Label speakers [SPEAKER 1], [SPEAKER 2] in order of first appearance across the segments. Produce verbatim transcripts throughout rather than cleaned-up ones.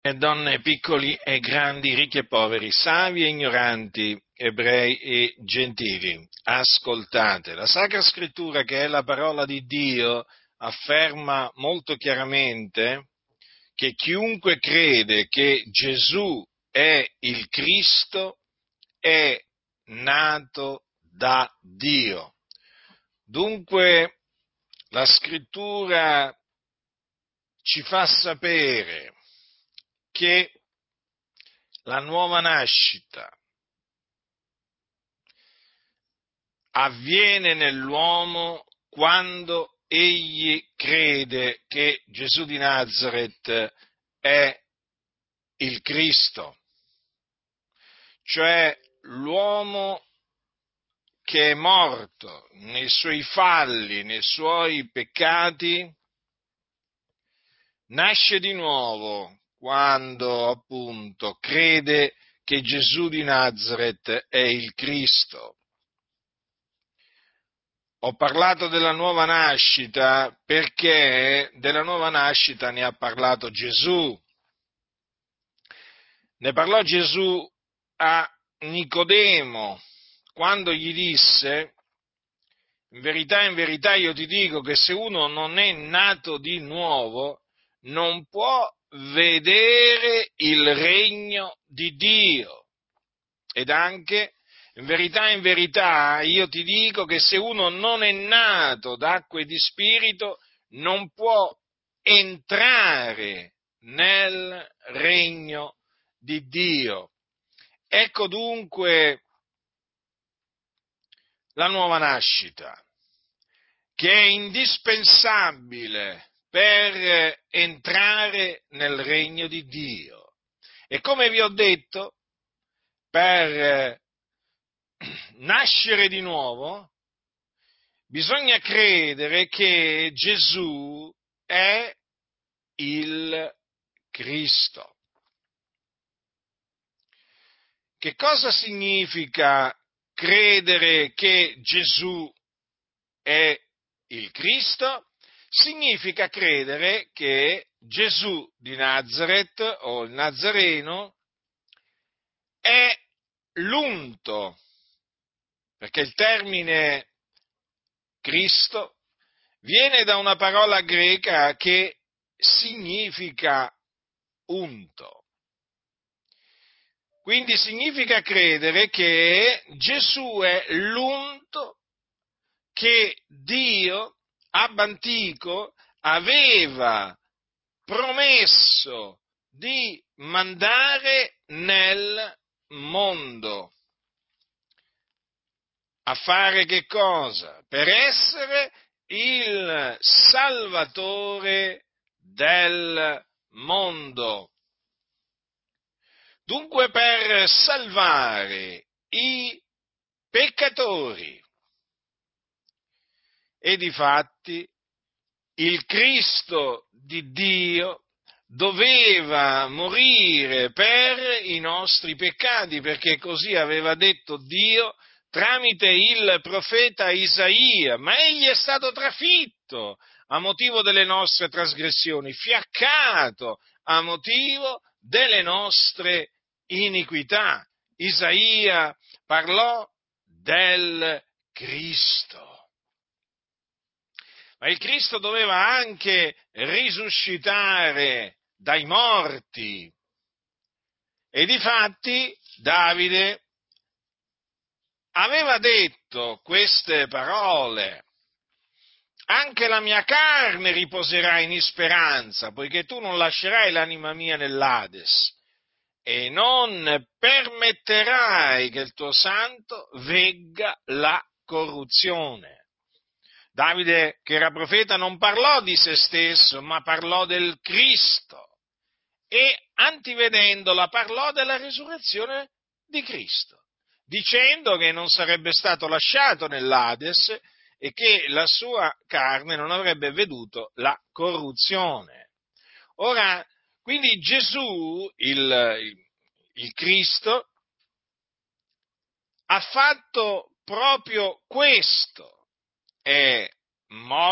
[SPEAKER 1] e donne, piccoli e grandi, ricchi e poveri, savi e ignoranti, ebrei e gentili. Ascoltate, la Sacra Scrittura, che è la parola di Dio, afferma molto chiaramente che chiunque crede che Gesù è il Cristo è nato da Dio. Dunque, la Scrittura ci fa sapere che la nuova nascita avviene nell'uomo quando egli crede che Gesù di Nazaret è il Cristo, cioè l'uomo che è morto nei suoi falli, nei suoi peccati, nasce di nuovo quando appunto crede che Gesù di Nazaret è il Cristo. Ho parlato della nuova nascita perché della nuova nascita ne ha parlato Gesù. Ne parlò Gesù a Nicodemo quando gli disse: in verità, in verità io ti dico che se uno non è nato di nuovo non può vedere il regno di Dio. Ed anche, in verità, in verità, io ti dico che se uno non è nato d'acqua e di spirito, non può entrare nel regno di Dio. Ecco dunque la nuova nascita, che è indispensabile per entrare nel regno di Dio. E come vi ho detto, per nascere di nuovo bisogna credere che Gesù è il Cristo. Che cosa significa credere che Gesù è il Cristo? Significa credere che Gesù di Nazaret o il Nazareno è l'unto, perché il termine Cristo viene da una parola greca che significa unto. Quindi significa credere che Gesù è l'unto che Dio ab antico aveva promesso di mandare nel mondo. A fare che cosa? Per essere il Salvatore del mondo. Dunque per salvare i peccatori. E difatti il Cristo di Dio doveva morire per i nostri peccati, perché così aveva detto Dio tramite il profeta Isaia, ma egli è stato trafitto a motivo delle nostre trasgressioni, fiaccato a motivo delle nostre iniquità. Isaia parlò del Cristo. Ma il Cristo doveva anche risuscitare dai morti. E difatti Davide aveva detto queste parole: anche la mia carne riposerà in speranza, poiché tu non lascerai l'anima mia nell'Ades e non permetterai che il tuo santo vegga la corruzione. Davide, che era profeta, non parlò di se stesso, ma parlò del Cristo e, antivedendola, parlò della risurrezione di Cristo, dicendo che non sarebbe stato lasciato nell'Ades e che la sua carne non avrebbe veduto la corruzione. Ora, quindi Gesù, il, il, il Cristo, ha fatto proprio questo. È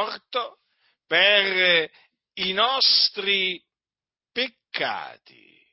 [SPEAKER 1] morto per i nostri peccati.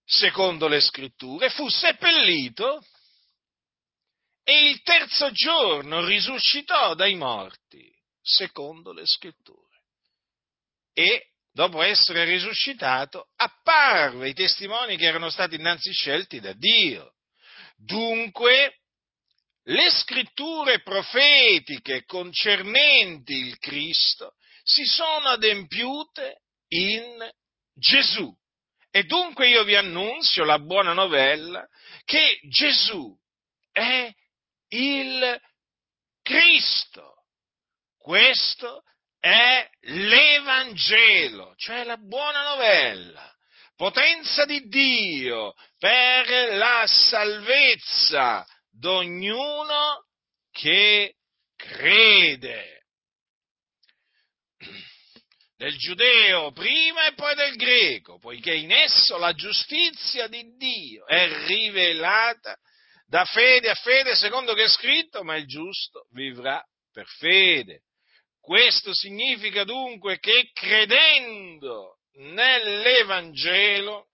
[SPEAKER 1] secondo le scritture, fu seppellito e il terzo giorno risuscitò dai morti, secondo le scritture. E, dopo essere risuscitato, apparve ai testimoni che erano stati innanzi scelti da Dio. Dunque, le scritture profetiche concernenti il Cristo si sono adempiute in Gesù. E dunque io vi annunzio la buona novella che Gesù è il Cristo. Questo è l'Evangelo, cioè la buona novella, potenza di Dio per la salvezza d'ognuno che crede. Del giudeo prima e poi del greco, poiché in esso la giustizia di Dio è rivelata da fede a fede, secondo che è scritto, ma il giusto vivrà per fede. Questo significa dunque che credendo nell'Evangelo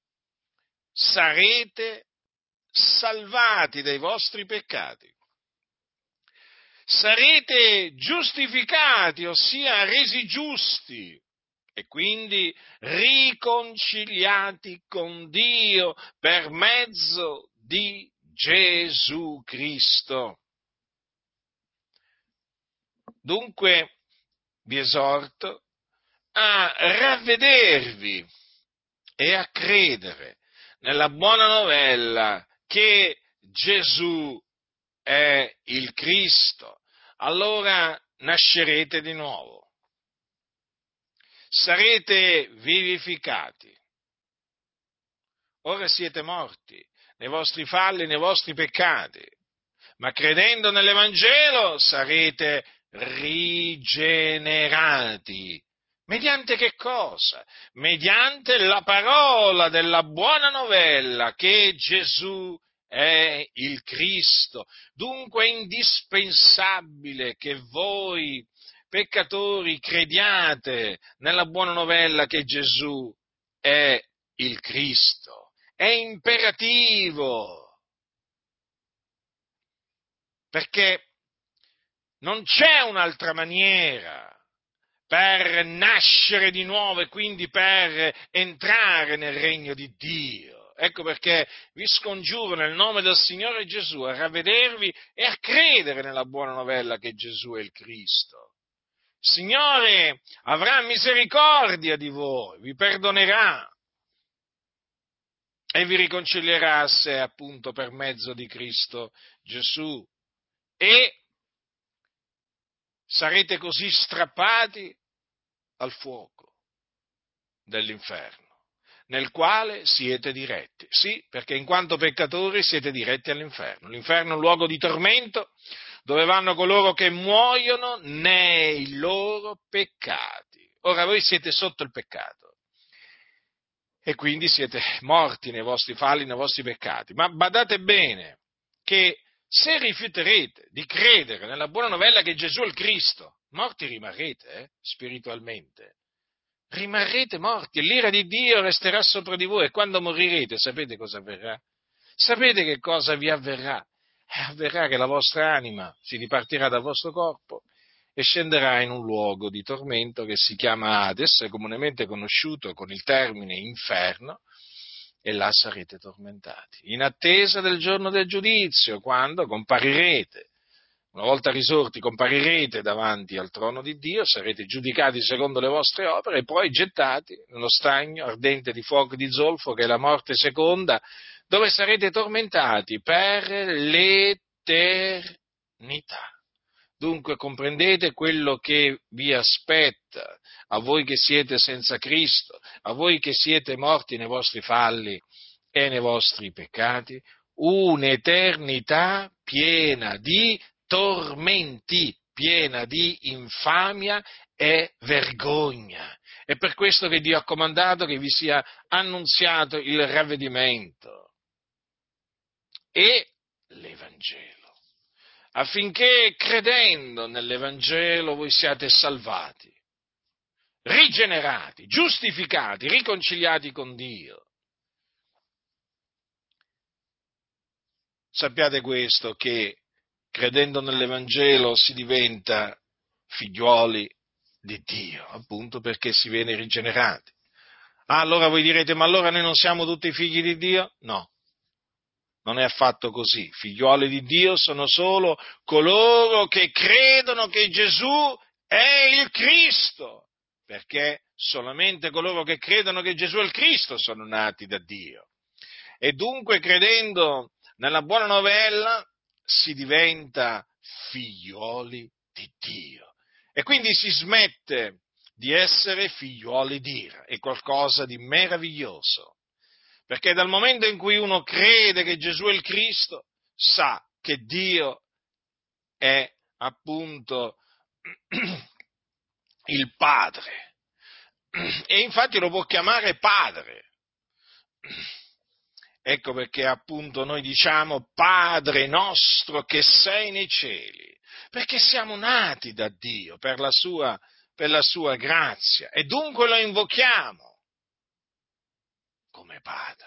[SPEAKER 1] sarete salvati dai vostri peccati. Sarete giustificati, ossia resi giusti, e quindi riconciliati con Dio per mezzo di Gesù Cristo. Dunque vi esorto a ravvedervi e a credere nella buona novella che Gesù è il Cristo. Allora nascerete di nuovo, sarete vivificati. Ora siete morti nei vostri falli, nei vostri peccati, ma credendo nell'Evangelo sarete rigenerati. Mediante che cosa? Mediante la parola della buona novella che Gesù è il Cristo. Dunque è indispensabile che voi, peccatori, crediate nella buona novella che Gesù è il Cristo. È imperativo, perché non c'è un'altra maniera per nascere di nuovo e quindi per entrare nel regno di Dio. Ecco perché vi scongiuro nel nome del Signore Gesù a ravvedervi e a credere nella buona novella che Gesù è il Cristo. Il Signore avrà misericordia di voi, vi perdonerà e vi riconcilierà a sé appunto per mezzo di Cristo Gesù. E sarete così strappati al fuoco dell'inferno, nel quale siete diretti. Sì, perché in quanto peccatori siete diretti all'inferno. L'inferno è un luogo di tormento dove vanno coloro che muoiono nei loro peccati. Ora voi siete sotto il peccato e quindi siete morti nei vostri falli, nei vostri peccati. Ma badate bene che se rifiuterete di credere nella buona novella che Gesù è il Cristo, morti rimarrete, eh, spiritualmente. Rimarrete morti e l'ira di Dio resterà sopra di voi e quando morirete sapete cosa avverrà? Sapete che cosa vi avverrà? Eh, avverrà che la vostra anima si dipartirà dal vostro corpo e scenderà in un luogo di tormento che si chiama Hades, comunemente conosciuto con il termine inferno, e là sarete tormentati, in attesa del giorno del giudizio, quando comparirete. Una volta risorti comparirete davanti al trono di Dio, sarete giudicati secondo le vostre opere e poi gettati nello stagno ardente di fuoco e di zolfo che è la morte seconda, dove sarete tormentati per l'eternità. Dunque comprendete quello che vi aspetta, a voi che siete senza Cristo, a voi che siete morti nei vostri falli e nei vostri peccati, un'eternità piena di tormenti, piena di infamia e vergogna. È per questo che Dio ha comandato che vi sia annunziato il ravvedimento e l'Evangelo, affinché credendo nell'Evangelo voi siate salvati, rigenerati, giustificati, riconciliati con Dio. sappiate questo, che credendo nell'Evangelo si diventa figliuoli di Dio, appunto perché si viene rigenerati. Ah, allora voi direte, ma allora noi non siamo tutti figli di Dio? No, non è affatto così. Figliuoli di Dio sono solo coloro che credono che Gesù è il Cristo, perché solamente coloro che credono che Gesù è il Cristo sono nati da Dio. E dunque, credendo nella buona novella, si diventa figliuoli di Dio. E quindi si smette di essere figliuoli di ira, è qualcosa di meraviglioso. Perché dal momento in cui uno crede che Gesù è il Cristo, sa che Dio è appunto il Padre. E infatti lo può chiamare Padre. Ecco perché appunto noi diciamo Padre nostro che sei nei cieli, perché siamo nati da Dio per la sua, per la sua grazia e dunque lo invochiamo come Padre.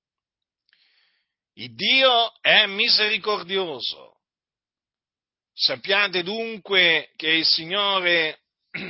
[SPEAKER 1] Il Dio è misericordioso. Sappiate dunque che il Signore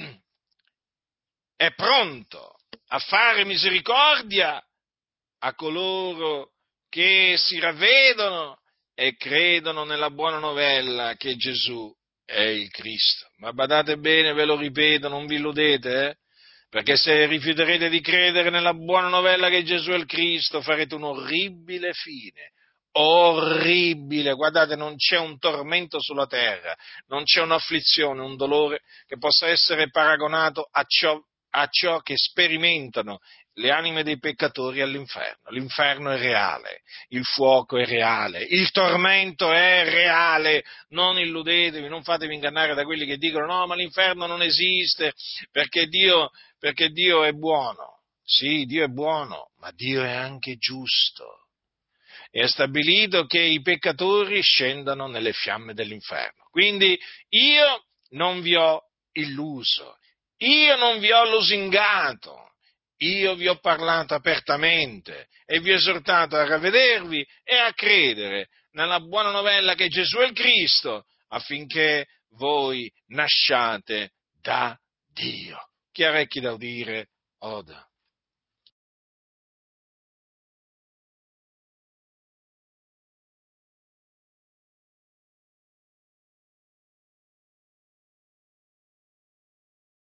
[SPEAKER 1] è pronto a fare misericordia a coloro che si ravvedono e credono nella buona novella che Gesù è il Cristo. Ma badate bene, ve lo ripeto, non vi illudete, eh? Perché se rifiuterete di credere nella buona novella che Gesù è il Cristo, farete un orribile fine. Orribile, guardate, non c'è un tormento sulla terra, non c'è un'afflizione, un dolore che possa essere paragonato a ciò, a ciò che sperimentano le anime dei peccatori all'inferno. L'inferno è reale, il fuoco è reale, il tormento è reale, non illudetevi, non fatevi ingannare da quelli che dicono no, ma l'inferno non esiste perché Dio, perché Dio è buono. Sì, Dio è buono, ma Dio è anche giusto. E ha stabilito che i peccatori scendano nelle fiamme dell'inferno. Quindi io non vi ho illuso, io non vi ho lusingato, io vi ho parlato apertamente e vi ho esortato a ravvedervi e a credere nella buona novella che Gesù è il Cristo, affinché voi nasciate da Dio. Chi ha orecchi da udire, oda.